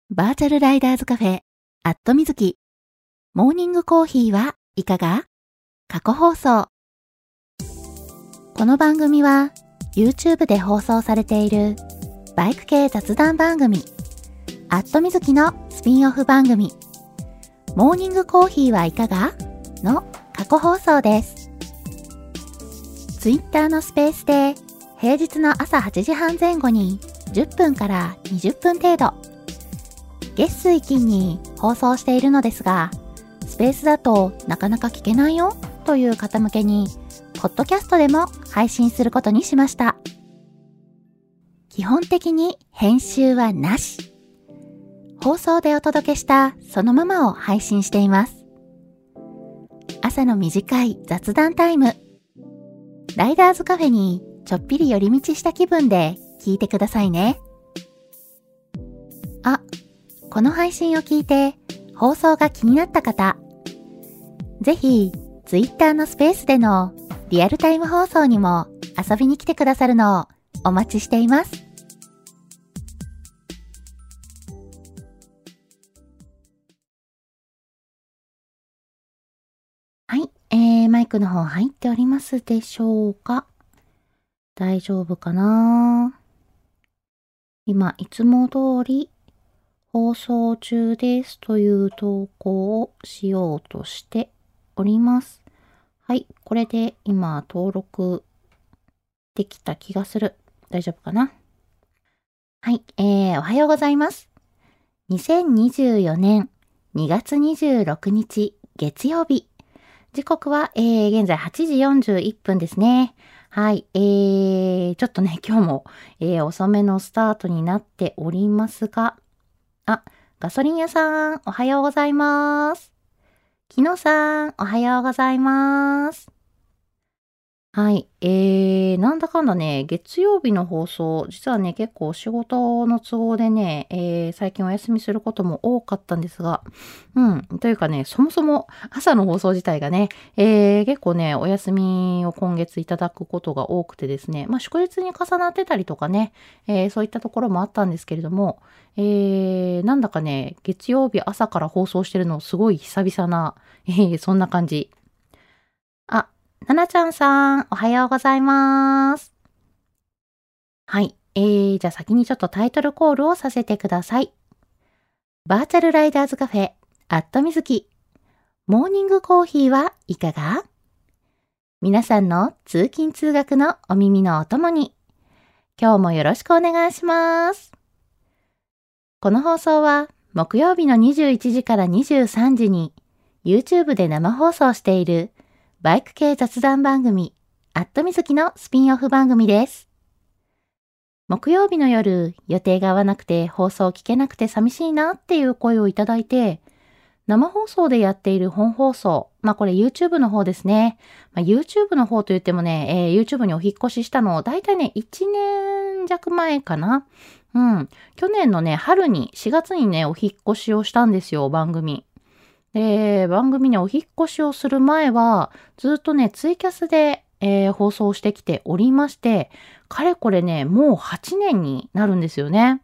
バーチャルライダーズカフェ、アットみずき。モーニングコーヒーはいかが？過去放送。この番組は YouTube で放送されているバイク系雑談番組、アットみずきのスピンオフ番組、モーニングコーヒーはいかが？の過去放送です。Twitter のスペースで平日の朝8時半前後に10分から20分程度、月水金に放送しているのですが、スペースだとなかなか聞けないよという方向けに、ポッドキャストでも配信することにしました。基本的に編集はなし。放送でお届けしたそのままを配信しています。朝の短い雑談タイム。ライダーズカフェにちょっぴり寄り道した気分で聞いてくださいね。この配信を聞いて放送が気になった方、ぜひ Twitter のスペースでのリアルタイム放送にも遊びに来てくださるのをお待ちしています。はい、マイクの方入っておりますでしょうか？大丈夫かな？今いつも通り放送中ですという投稿をしようとしております。はい、これで今登録できた気がする。大丈夫かな？はい、おはようございます。2024年2月26日月曜日。時刻は、現在8時41分ですね。はい、ちょっとね、今日も、遅めのスタートになっておりますが、ガソリン屋さん、おはようございます。木野さん、おはようございます。はい。なんだかんだね、月曜日の放送、実はね、結構仕事の都合でね、最近お休みすることも多かったんですが、というかね、そもそも朝の放送自体がね、結構ね、お休みを今月いただくことが多くてですね、祝日に重なってたりとかね、そういったところもあったんですけれども、なんだかね、月曜日朝から放送してるのすごい久々な、そんな感じ。ななちゃんさん、おはようございます。はい。じゃあ先にちょっとタイトルコールをさせてください。バーチャルライダーズカフェ、アットみずき。モーニングコーヒーはいかが？皆さんの通勤通学のお耳のお供に、今日もよろしくお願いします。この放送は木曜日の21時から23時に YouTube で生放送しているバイク系雑談番組、アットみずきのスピンオフ番組です。木曜日の夜、予定が合わなくて放送聞けなくて寂しいなっていう声をいただいて、生放送でやっている本放送、これ YouTube の方ですね。YouTube の方と言ってもね、YouTube にお引っ越ししたの、だいたいね、1年弱前かな。去年のね、春に、4月にね、お引っ越しをしたんですよ、番組。で、番組にお引っ越しをする前は、ずっとね、ツイキャスで、放送してきておりまして、かれこれね、もう8年になるんですよね。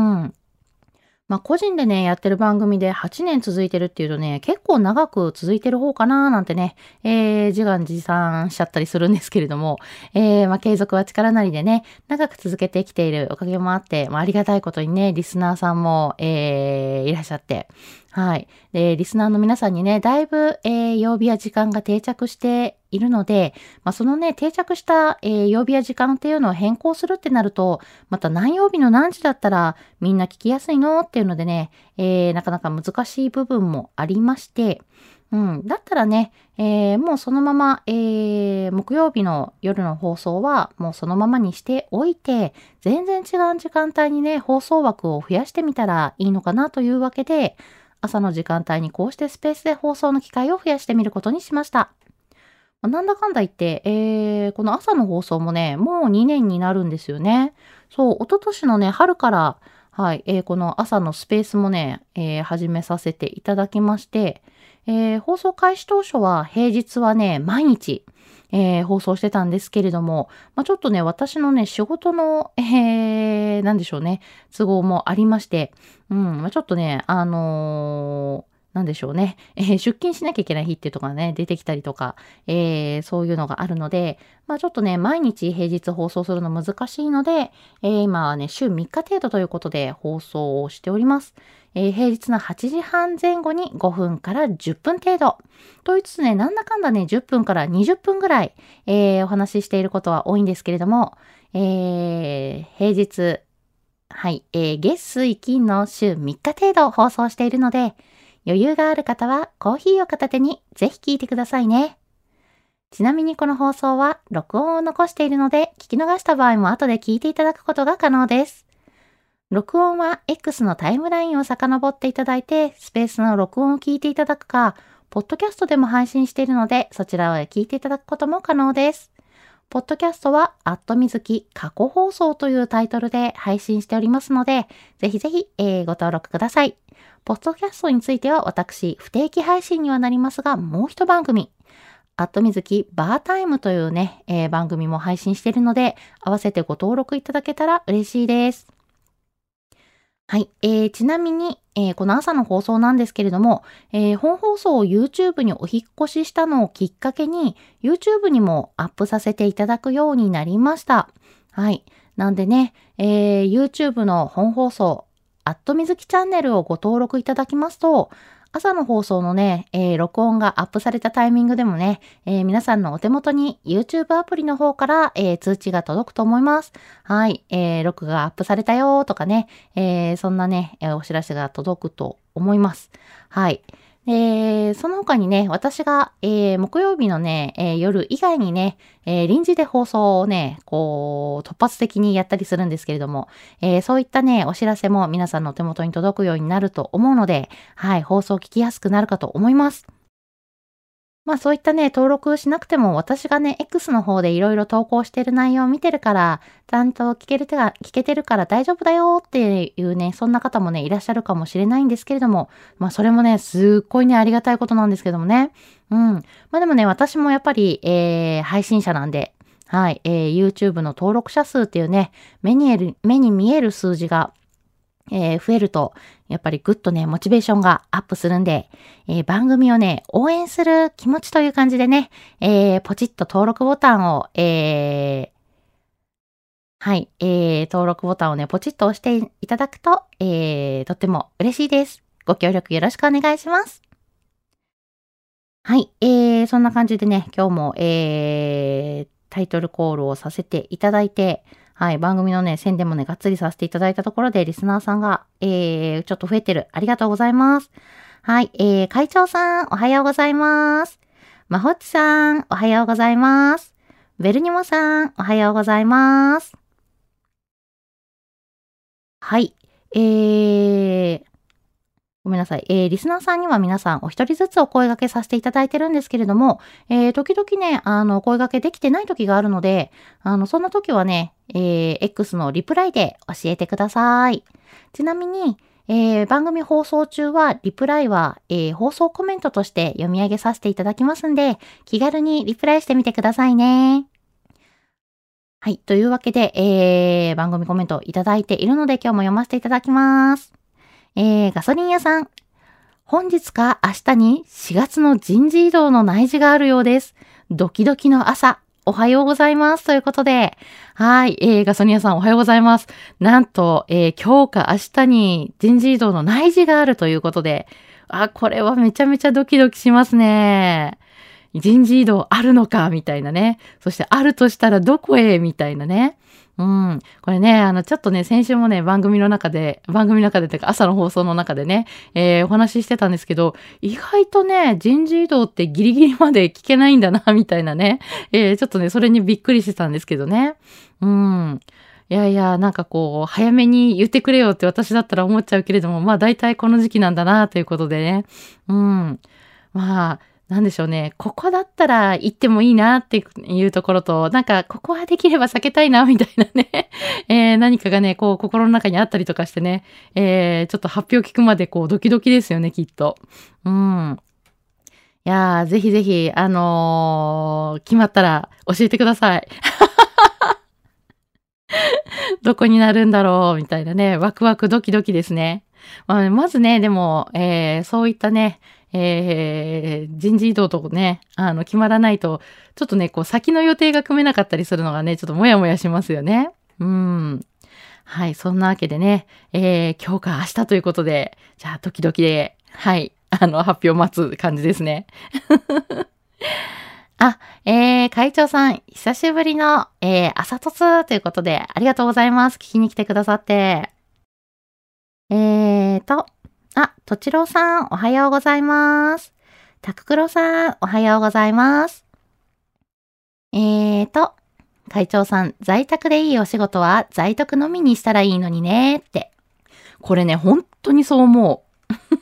個人でね、やってる番組で8年続いてるっていうとね、結構長く続いてる方かななんてね、自画自賛しちゃったりするんですけれども、継続は力なりでね、長く続けてきているおかげもあって、ありがたいことにね、リスナーさんも、いらっしゃって、はい。で、リスナーの皆さんにね、だいぶ、曜日や時間が定着しているので、そのね、定着した、曜日や時間っていうのを変更するってなると、また何曜日の何時だったらみんな聞きやすいのっていうのでね、なかなか難しい部分もありまして、だったらね、もうそのまま、木曜日の夜の放送はもうそのままにしておいて、全然違う時間帯にね、放送枠を増やしてみたらいいのかなというわけで、朝の時間帯にこうしてスペースで放送の機会を増やしてみることにしました。なんだかんだ言って、この朝の放送もね、もう2年になるんですよね。そう、一昨年のね、春から、はい、この朝のスペースもね、始めさせていただきまして、放送開始当初は平日はね、毎日、 放送してたんですけれども、ちょっとね、私のね、仕事の、なんでしょうね、都合もありまして、ちょっとね、なんでしょうね、出勤しなきゃいけない日っていうとかね、出てきたりとか、そういうのがあるので、ちょっとね、毎日平日放送するの難しいので、今はね、週3日程度ということで放送をしております。平日の8時半前後に5分から10分程度。と言いつつね、なんだかんだね、10分から20分ぐらい、お話ししていることは多いんですけれども、平日、はい、月水金の週3日程度放送しているので、余裕がある方はコーヒーを片手にぜひ聞いてくださいね。ちなみにこの放送は録音を残しているので、聞き逃した場合も後で聞いていただくことが可能です。録音は X のタイムラインを遡っていただいて、スペースの録音を聞いていただくか、ポッドキャストでも配信しているので、そちらを聞いていただくことも可能です。ポッドキャストは、みずき過去放送というタイトルで配信しておりますので、ぜひぜひ、ご登録ください。ポッドキャストについては私、不定期配信にはなりますが、もう一番組、みずきバータイムというね、番組も配信しているので、合わせてご登録いただけたら嬉しいです。はい。ちなみに、この朝の放送なんですけれども、本放送を YouTube にお引っ越ししたのをきっかけに、YouTube にもアップさせていただくようになりました。はい。なんでね、YouTube の本放送、みずきチャンネルをご登録いただきますと、朝の放送のね、録音がアップされたタイミングでもね、皆さんのお手元に YouTube アプリの方から、通知が届くと思います。はい、録画アップされたよとかね、そんなね、お知らせが届くと思います。はい。その他にね、私が、木曜日のね、夜以外にね、臨時で放送をね、こう、突発的にやったりするんですけれども、そういったね、お知らせも皆さんのお手元に届くようになると思うので、はい、放送聞きやすくなるかと思います。そういったね、登録しなくても私がね、X の方でいろいろ投稿している内容を見てるから、ちゃんと聞けてるから大丈夫だよっていうね、そんな方もね、いらっしゃるかもしれないんですけれども、それもね、すっごいね、ありがたいことなんですけどもね。でもね、私もやっぱり、配信者なんで、はい、YouTube の登録者数っていうね、目に見える数字が増えると、やっぱりぐっとね、モチベーションがアップするんで、番組をね、応援する気持ちという感じでね、ポチッと登録ボタンを、はい、登録ボタンをね、ポチッと押していただくと、とっても嬉しいです。ご協力よろしくお願いします。はい、そんな感じでね、今日も、タイトルコールをさせていただいて、はい、番組のね、宣伝もね、がっつりさせていただいたところで、リスナーさんが、ちょっと増えてる。ありがとうございます。はい、会長さん、おはようございます。まほっちさん、おはようございます。ベルニモさん、おはようございます。はい、ごめんなさい。リスナーさんには皆さんお一人ずつお声掛けさせていただいてるんですけれども、時々ね、お声掛けできてない時があるので、そんな時はね、X のリプライで教えてください。ちなみに、番組放送中は、リプライは、放送コメントとして読み上げさせていただきますんで、気軽にリプライしてみてくださいね。はい。というわけで、番組コメントいただいているので、今日も読ませていただきます。ガソリン屋さん。本日か明日に4月の人事異動の内示があるようです。ドキドキの朝。おはようございます。ということで。はい。ガソリン屋さんおはようございます。なんと、今日か明日に人事異動の内示があるということで。これはめちゃめちゃドキドキしますね。人事異動あるのかみたいなね。そしてあるとしたらどこへみたいなね。これね、ちょっとね、先週もね、番組の中でというか朝の放送の中でね、お話ししてたんですけど、意外とね、人事異動ってギリギリまで聞けないんだな、みたいなね、ちょっとね、それにびっくりしてたんですけどね。いやいや、なんかこう、早めに言ってくれよって私だったら思っちゃうけれども、大体この時期なんだな、ということでね。なんでしょうね。ここだったら行ってもいいなっていうところと、なんか、ここはできれば避けたいな、みたいなね。何かがね、こう、心の中にあったりとかしてね。ちょっと発表聞くまで、こう、ドキドキですよね、きっと。いやー、ぜひぜひ、決まったら教えてください。どこになるんだろうみたいなね、ワクワクドキドキですね。まずね、でも、そういったね、人事異動とね、決まらないと、ちょっとね、こう先の予定が組めなかったりするのがね、ちょっともやもやしますよね。はい、そんなわけでね、今日か明日ということで、じゃあ、ドキドキで、はい、発表を待つ感じですね。あ、会長さん、久しぶりの、朝突ということで、ありがとうございます。聞きに来てくださって。とちろうさん、おはようございます。たくくろさん、おはようございます。会長さん、在宅でいいお仕事は在宅のみにしたらいいのにね、って。これね、本当にそう思う。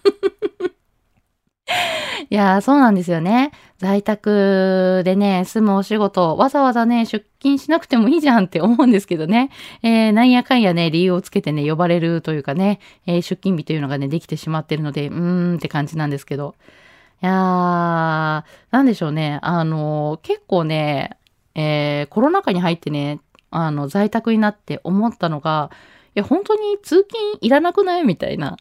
いやー、そうなんですよね。在宅でね、住むお仕事、わざわざね、出勤しなくてもいいじゃんって思うんですけどね。なんやかんやね、理由をつけてね、呼ばれるというかね、出勤日というのがね、できてしまってるので、って感じなんですけど。いやー、なんでしょうね。結構ね、コロナ禍に入ってね、在宅になって思ったのが、いや、本当に通勤いらなくないみたいな。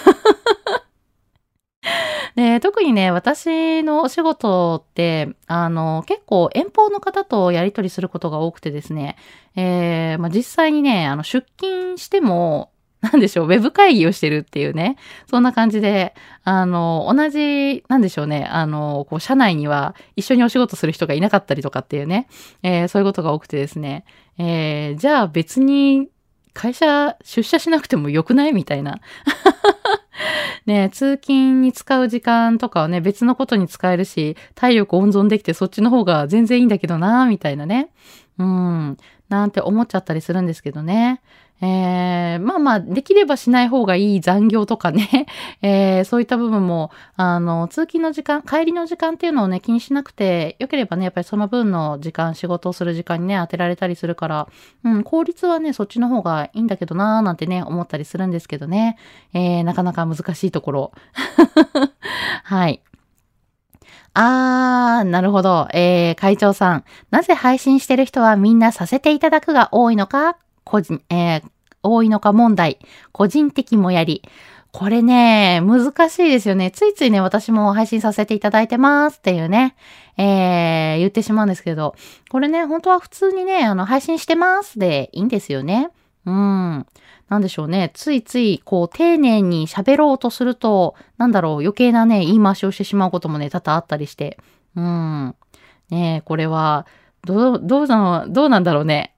で、特にね、私のお仕事って、結構遠方の方とやり取りすることが多くてですね、実際にね、出勤しても、なんでしょう、ウェブ会議をしてるっていうね、そんな感じで、同じ、なんでしょうね、こう、社内には一緒にお仕事する人がいなかったりとかっていうね、そういうことが多くてですね、じゃあ別に会社出社しなくてもよくないみたいな。ね、通勤に使う時間とかはね、別のことに使えるし、体力温存できてそっちの方が全然いいんだけどな、みたいなね。なんて思っちゃったりするんですけどね。できればしない方がいい残業とかね、そういった部分も、通勤の時間、帰りの時間っていうのをね、気にしなくて、よければね、やっぱりその分の時間、仕事をする時間にね、当てられたりするから、効率はね、そっちの方がいいんだけどなーなんてね、思ったりするんですけどね。なかなか難しいところ。はい。なるほど。会長さん。なぜ配信してる人はみんなさせていただくが多いのか、多いのか問題。個人的もやり。これね、難しいですよね。ついついね、私も配信させていただいてますっていうね、言ってしまうんですけど、これね、本当は普通にね、配信してますでいいんですよね。なんでしょうね。ついつい、こう、丁寧に喋ろうとすると、余計なね、言い回しをしてしまうこともね、多々あったりして。ねえ、これは、どうなんだろうね。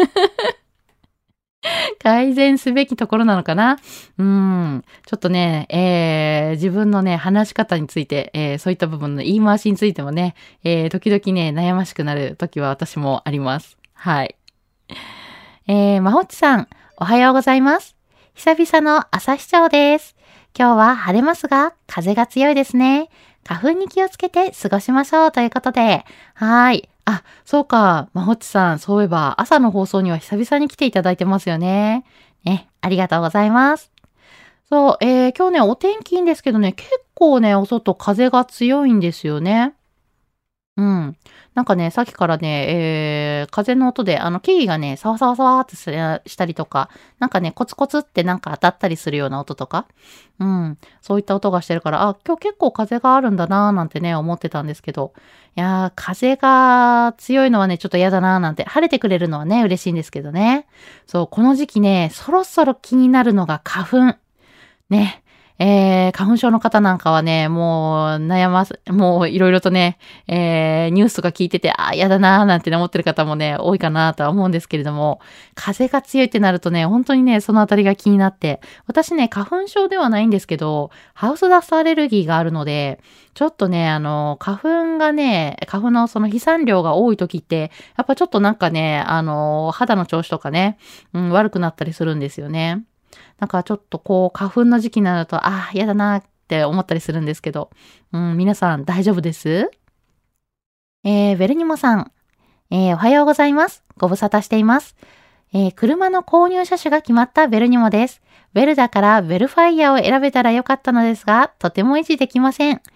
改善すべきところなのかな。ちょっとね、自分のね、話し方について、そういった部分の言い回しについてもね、時々ね、悩ましくなる時は私もあります。はい。まほっちさん、おはようございます。久々の朝視聴です。今日は晴れますが、風が強いですね。花粉に気をつけて過ごしましょうということで。はい。そうか。まほっちさん、そういえば朝の放送には久々に来ていただいてますよね。ね、ありがとうございます。そう、今日ね、お天気いいんですけどね、結構ね、お外風が強いんですよね。なんかね、さっきからね、風の音で、木々がね、サワサワサワーってしたりとか、なんかね、コツコツってなんか当たったりするような音とか、そういった音がしてるから、今日結構風があるんだなーなんてね、思ってたんですけど、いやー、風が強いのはね、ちょっと嫌だなーなんて、晴れてくれるのはね、嬉しいんですけどね。そう、この時期ね、そろそろ気になるのが花粉。ね。花粉症の方なんかはね、もういろいろとね、ニュースとか聞いてて、嫌だなーなんて思ってる方もね、多いかなとは思うんですけれども、風が強いってなるとね、本当にね、そのあたりが気になって、私ね、花粉症ではないんですけど、ハウスダストアレルギーがあるので、ちょっとね、花粉のその飛散量が多い時って、やっぱちょっとなんかね、肌の調子とかね、悪くなったりするんですよね。なんかちょっとこう、花粉の時期になると、嫌だなって思ったりするんですけど、皆さん大丈夫です？ベルニモさん、おはようございます。ご無沙汰しています。車の購入車種が決まったベルニモです。ベルだからベルファイアを選べたらよかったのですが、とても維持できません。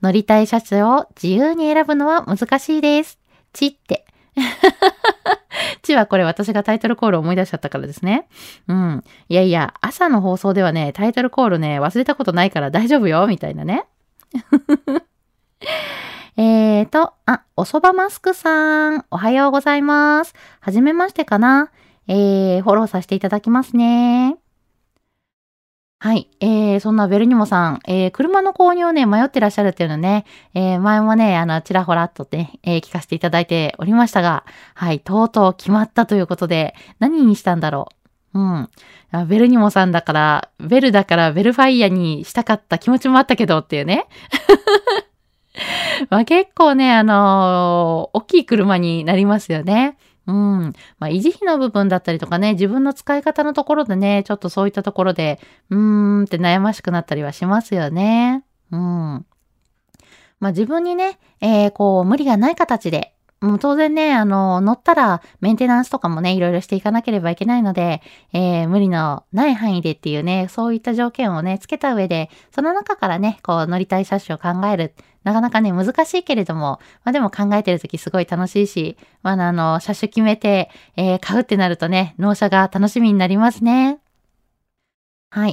乗りたい車種を自由に選ぶのは難しいです。ちって。ちはこれ私がタイトルコールを思い出しちゃったからですね。うん。いやいや、朝の放送ではね、タイトルコールね、忘れたことないから大丈夫よ、みたいなね。おそばマスクさん、おはようございます。はじめましてかな。フォローさせていただきますね。はい。そんなベルニモさん、車の購入をね、迷ってらっしゃるっていうのね、前もね、ちらほらっとね、聞かせていただいておりましたが、はい、とうとう決まったということで、何にしたんだろう。うん。ベルニモさんだから、ベルだからベルファイアにしたかった気持ちもあったけどっていうね。まあ結構ね、大きい車になりますよね。うん。まあ維持費の部分だったりとかね、自分の使い方のところでね、ちょっとそういったところで、って悩ましくなったりはしますよね。うん。まあ自分にね、無理がない形で、もう当然ね、乗ったらメンテナンスとかもね、いろいろしていかなければいけないので、無理のない範囲でっていうね、そういった条件をね、つけた上で、その中からね、乗りたい車種を考える。なかなかね、難しいけれども、まあでも考えてるときすごい楽しいし、まあ車種決めて、買うってなるとね、納車が楽しみになりますね。はい。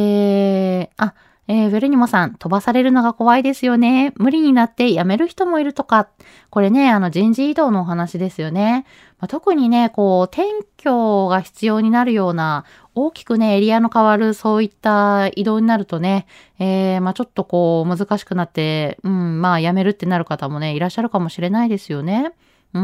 ベルニモさん、飛ばされるのが怖いですよね。無理になって辞める人もいるとか。これね、人事異動のお話ですよね。まあ、特にね、転居が必要になるような、大きくね、エリアの変わる、そういった移動になるとね、まあ、ちょっと難しくなって、まあ、辞めるってなる方もね、いらっしゃるかもしれないですよね。うん。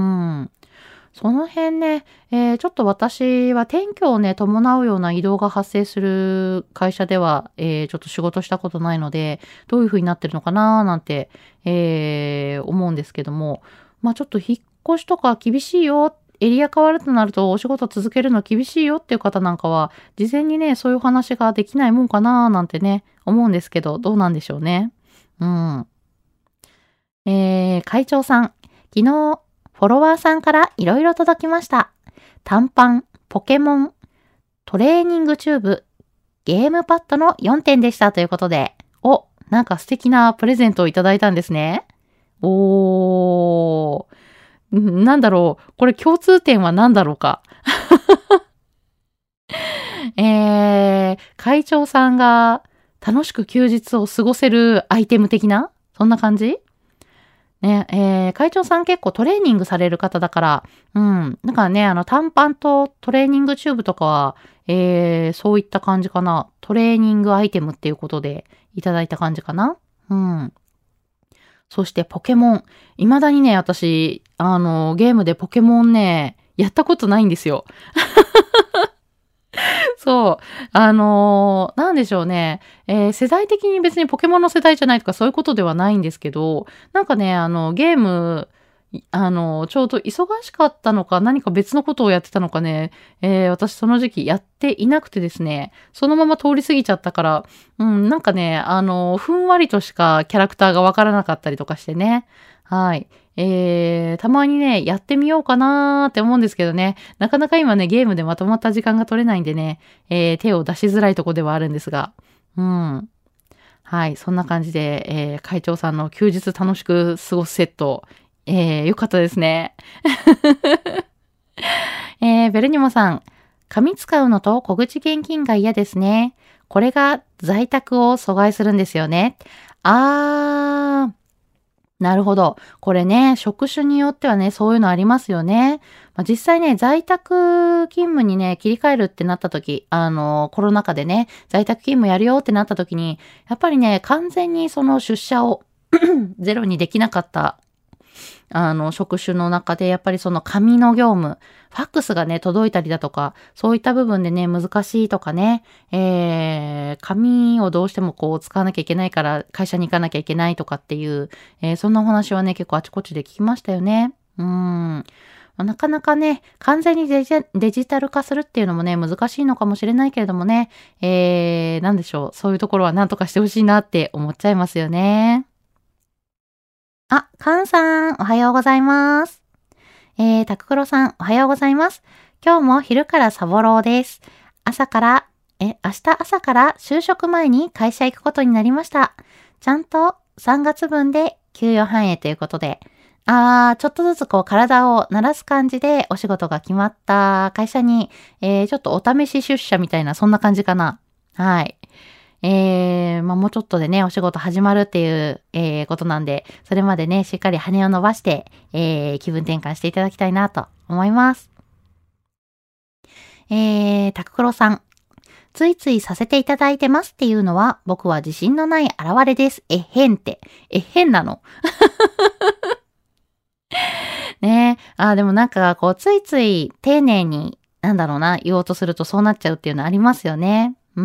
その辺ね、ちょっと私は転居をね、伴うような移動が発生する会社では、ちょっと仕事したことないので、どういう風になってるのかななんて、思うんですけども、まあちょっと引っ越しとか厳しいよ、エリア変わるとなるとお仕事続けるの厳しいよっていう方なんかは、事前にね、そういうお話ができないもんかななんてね、思うんですけど、どうなんでしょうね。うん。会長さん、昨日、フォロワーさんからいろいろ届きました。短パン、ポケモン、トレーニングチューブ、ゲームパッドの4点でしたということで、なんか素敵なプレゼントをいただいたんですね。なんだろう。これ共通点は何だろうか。会長さんが楽しく休日を過ごせるアイテム的なそんな感じね、会長さん結構トレーニングされる方だから、だからね、短パンとトレーニングチューブとかは、そういった感じかな。トレーニングアイテムっていうことでいただいた感じかな。うん。そしてポケモン。未だにね、私、ゲームでポケモンね、やったことないんですよ。そう。なんでしょうね。世代的に別にポケモンの世代じゃないとかそういうことではないんですけど、なんかね、ゲーム、ちょうど忙しかったのか何か別のことをやってたのかね、私その時期やっていなくてですね、そのまま通り過ぎちゃったから、なんかね、ふんわりとしかキャラクターがわからなかったりとかしてね。はい。たまにね、やってみようかなーって思うんですけどね、なかなか今ね、ゲームでまとまった時間が取れないんでね、手を出しづらいとこではあるんですが、はい、そんな感じで、会長さんの休日楽しく過ごすセット、よかったですね。ベルニモさん、紙使うのと小口現金が嫌ですね。これが在宅を阻害するんですよね。なるほど。これね、職種によってはね、そういうのありますよね。実際ね、在宅勤務にね、切り替えるってなった時、コロナ禍でね、在宅勤務やるよってなった時に、やっぱりね、完全にその出社をゼロにできなかった職種の中で、やっぱりその紙の業務、ファックスがね、届いたりだとか、そういった部分でね、難しいとかね、紙をどうしても使わなきゃいけないから、会社に行かなきゃいけないとかっていう、そんなお話はね、結構あちこちで聞きましたよね。なかなかね、完全にデジタル化するっていうのもね、難しいのかもしれないけれどもね、なんでしょう、そういうところは何とかしてほしいなって思っちゃいますよね。カンさん、おはようございます。タククロさん、おはようございます。今日も昼からサボろうです。明日朝から就職前に会社行くことになりました。ちゃんと 3月分で給与反映ということで、ちょっとずつこう体を慣らす感じでお仕事が決まった会社に、ちょっとお試し出社みたいな、そんな感じかな。はい。もうちょっとでね、お仕事始まるっていう、ことなんで、それまでね、しっかり羽を伸ばして、気分転換していただきたいなと思います。タククロさん。ついついさせていただいてますっていうのは、僕は自信のない現れです。えっへんって。えっへんなの。ねでもなんか、こう、ついつい丁寧に、なんだろうな、言おうとするとそうなっちゃうっていうのありますよね。うん。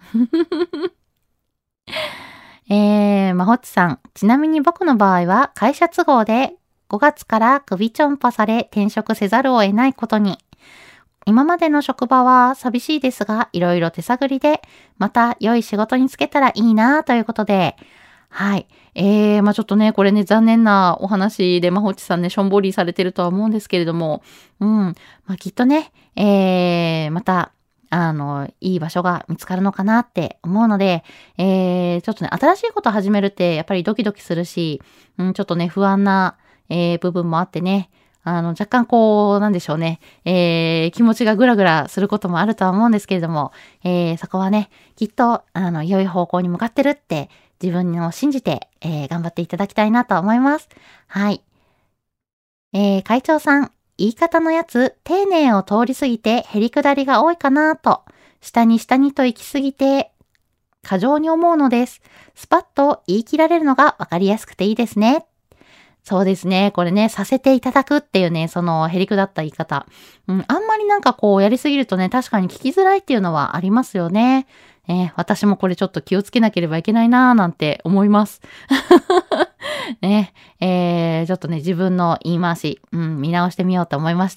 まほっちさん。ちなみに僕の場合は、会社都合で5月から首ちょんぱされ転職せざるを得ないことに。今までの職場は寂しいですが、いろいろ手探りで、また良い仕事に就けたらいいなということで、はい。ちょっとね、これね、残念なお話で、ほっちさんね、しょんぼりされてるとは思うんですけれども、きっとね、また、いい場所が見つかるのかなって思うので、ちょっとね、新しいこと始めるって、やっぱりドキドキするし、ちょっとね、不安な、部分もあってね、若干こう、なんでしょうね、気持ちがぐらぐらすることもあるとは思うんですけれども、そこはね、きっと、良い方向に向かってるって、自分を信じて、頑張っていただきたいなと思います。はい。会長さん、言い方のやつ、丁寧を通り過ぎて減り下りが多いかなと、下に下にと行き過ぎて、過剰に思うのです。スパッと言い切られるのがわかりやすくていいですね。そうですね。これね、させていただくっていうね、その減り下った言い方。あんまりなんかこうやりすぎるとね、確かに聞きづらいっていうのはありますよね。私もこれちょっと気をつけなければいけないなーなんて思います。ね、ちょっとね、自分の言い回し、見直してみようと思いました。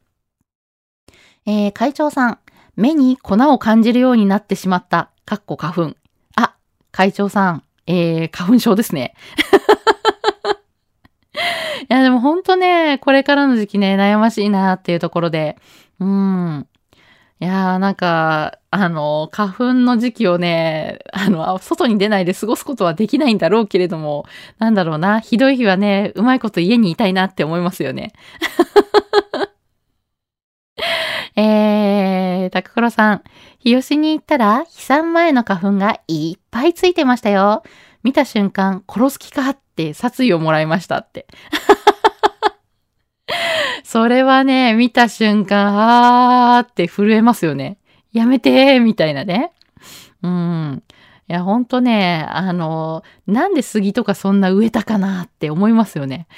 会長さん、目に粉を感じるようになってしまった。かっこ花粉。会長さん、花粉症ですね。いや、でもほんとね、これからの時期ね、悩ましいなっていうところで。いやー、なんか、花粉の時期をね、外に出ないで過ごすことはできないんだろうけれども、なんだろうな、ひどい日はね、うまいこと家にいたいなって思いますよね。タククロさん、日吉に行ったら、飛散前の花粉がいっぱいついてましたよ。見た瞬間、殺す気かって殺意をもらいましたって。それはね、見た瞬間、って震えますよね。やめてーみたいなね。いや、ほんとね、なんで杉とかそんな植えたかなって思いますよね。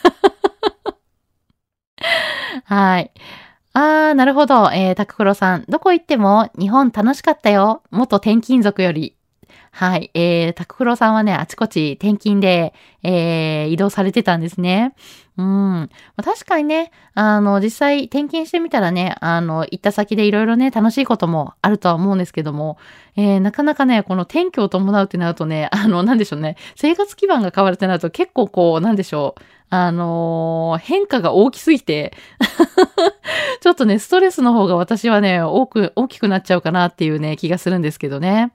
はい。なるほど。タククロさん。どこ行っても日本楽しかったよ。元転勤族より。はい。タククロさんはね、あちこち転勤で、移動されてたんですね。確かにね、実際転勤してみたらね、行った先でいろいろね、楽しいこともあるとは思うんですけども、なかなかね、この転居を伴うってなるとね、なんでしょうね、生活基盤が変わるってなると結構こう、なんでしょう、変化が大きすぎてちょっとね、ストレスの方が私はね、大きくなっちゃうかなっていうね、気がするんですけどね。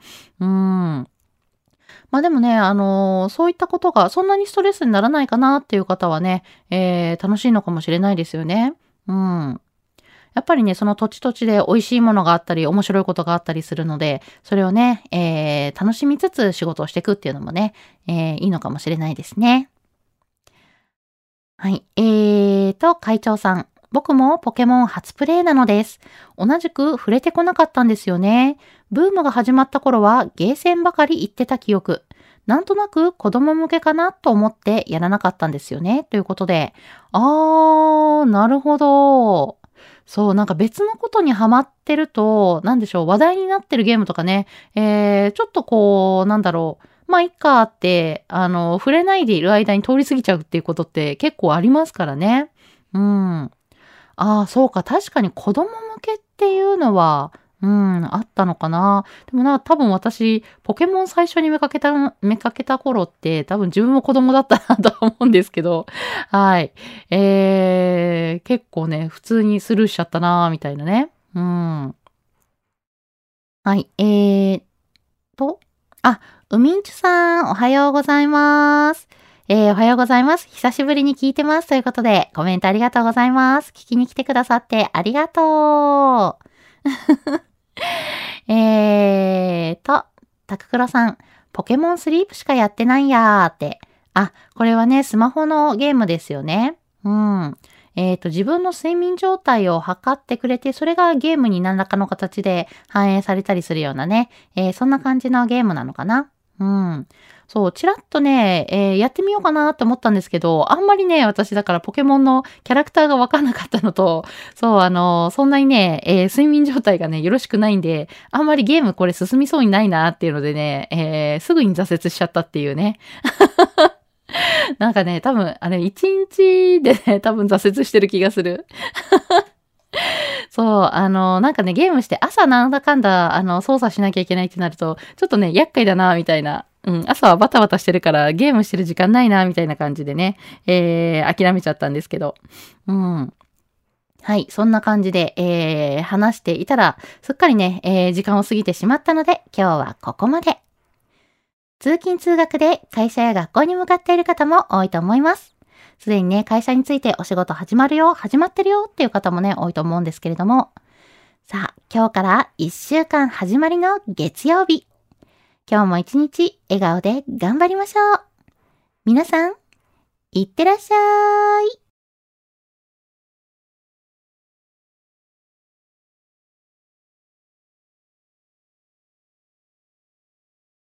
でもね、そういったことがそんなにストレスにならないかなっていう方はね、楽しいのかもしれないですよね。やっぱりね、その土地土地で美味しいものがあったり、面白いことがあったりするので、それをね、楽しみつつ仕事をしていくっていうのもね、いいのかもしれないですね。はい。会長さん。僕もポケモン初プレイなのです。同じく触れてこなかったんですよね。ブームが始まった頃はゲーセンばかり行ってた記憶。なんとなく子供向けかなと思ってやらなかったんですよね。ということで。なるほど。そう、なんか別のことにハマってると、なんでしょう、話題になってるゲームとかね、ちょっとこう、なんだろう、いっかって、触れないでいる間に通り過ぎちゃうっていうことって結構ありますからね。そうか、確かに子供向けっていうのは、あったのかな。でも多分私、ポケモン最初に見かけた頃って、多分自分も子供だったなとは思うんですけど、はい。結構ね、普通にスルーしちゃったなみたいなね。はい。と、 あ、うみんちゅさん、おはようございます。おはようございます。久しぶりに聞いてます。ということで、コメントありがとうございます。聞きに来てくださってありがとう。タククロさん、ポケモンスリープしかやってないやーって。あ、これはね、スマホのゲームですよね。うん。自分の睡眠状態を測ってくれて、それがゲームに何らかの形で反映されたりするようなね、そんな感じのゲームなのかな。うん。そう、ちらっとね、やってみようかなと思ったんですけど、あんまりね、私だからポケモンのキャラクターがわかんなかったのと、そう、そんなにね、睡眠状態がね、よろしくないんで、あんまりゲームこれ進みそうにないなっていうのでね、すぐに挫折しちゃったっていうね。なんかね、多分、一日でね、多分挫折してる気がする。そう、なんかね、ゲームして朝なんだかんだ、操作しなきゃいけないってなると、ちょっとね、厄介だな、みたいな。うん、朝はバタバタしてるから、ゲームしてる時間ないな、みたいな感じでね、諦めちゃったんですけど。うん。はい、そんな感じで、話していたら、すっかりね、時間を過ぎてしまったので、今日はここまで。通勤通学で会社や学校に向かっている方も多いと思います。すでにね、会社についてお仕事始まってるよっていう方もね、多いと思うんですけれども。さあ、今日から1週間始まりの月曜日。今日も一日笑顔で頑張りましょう。皆さん、いってらっしゃい。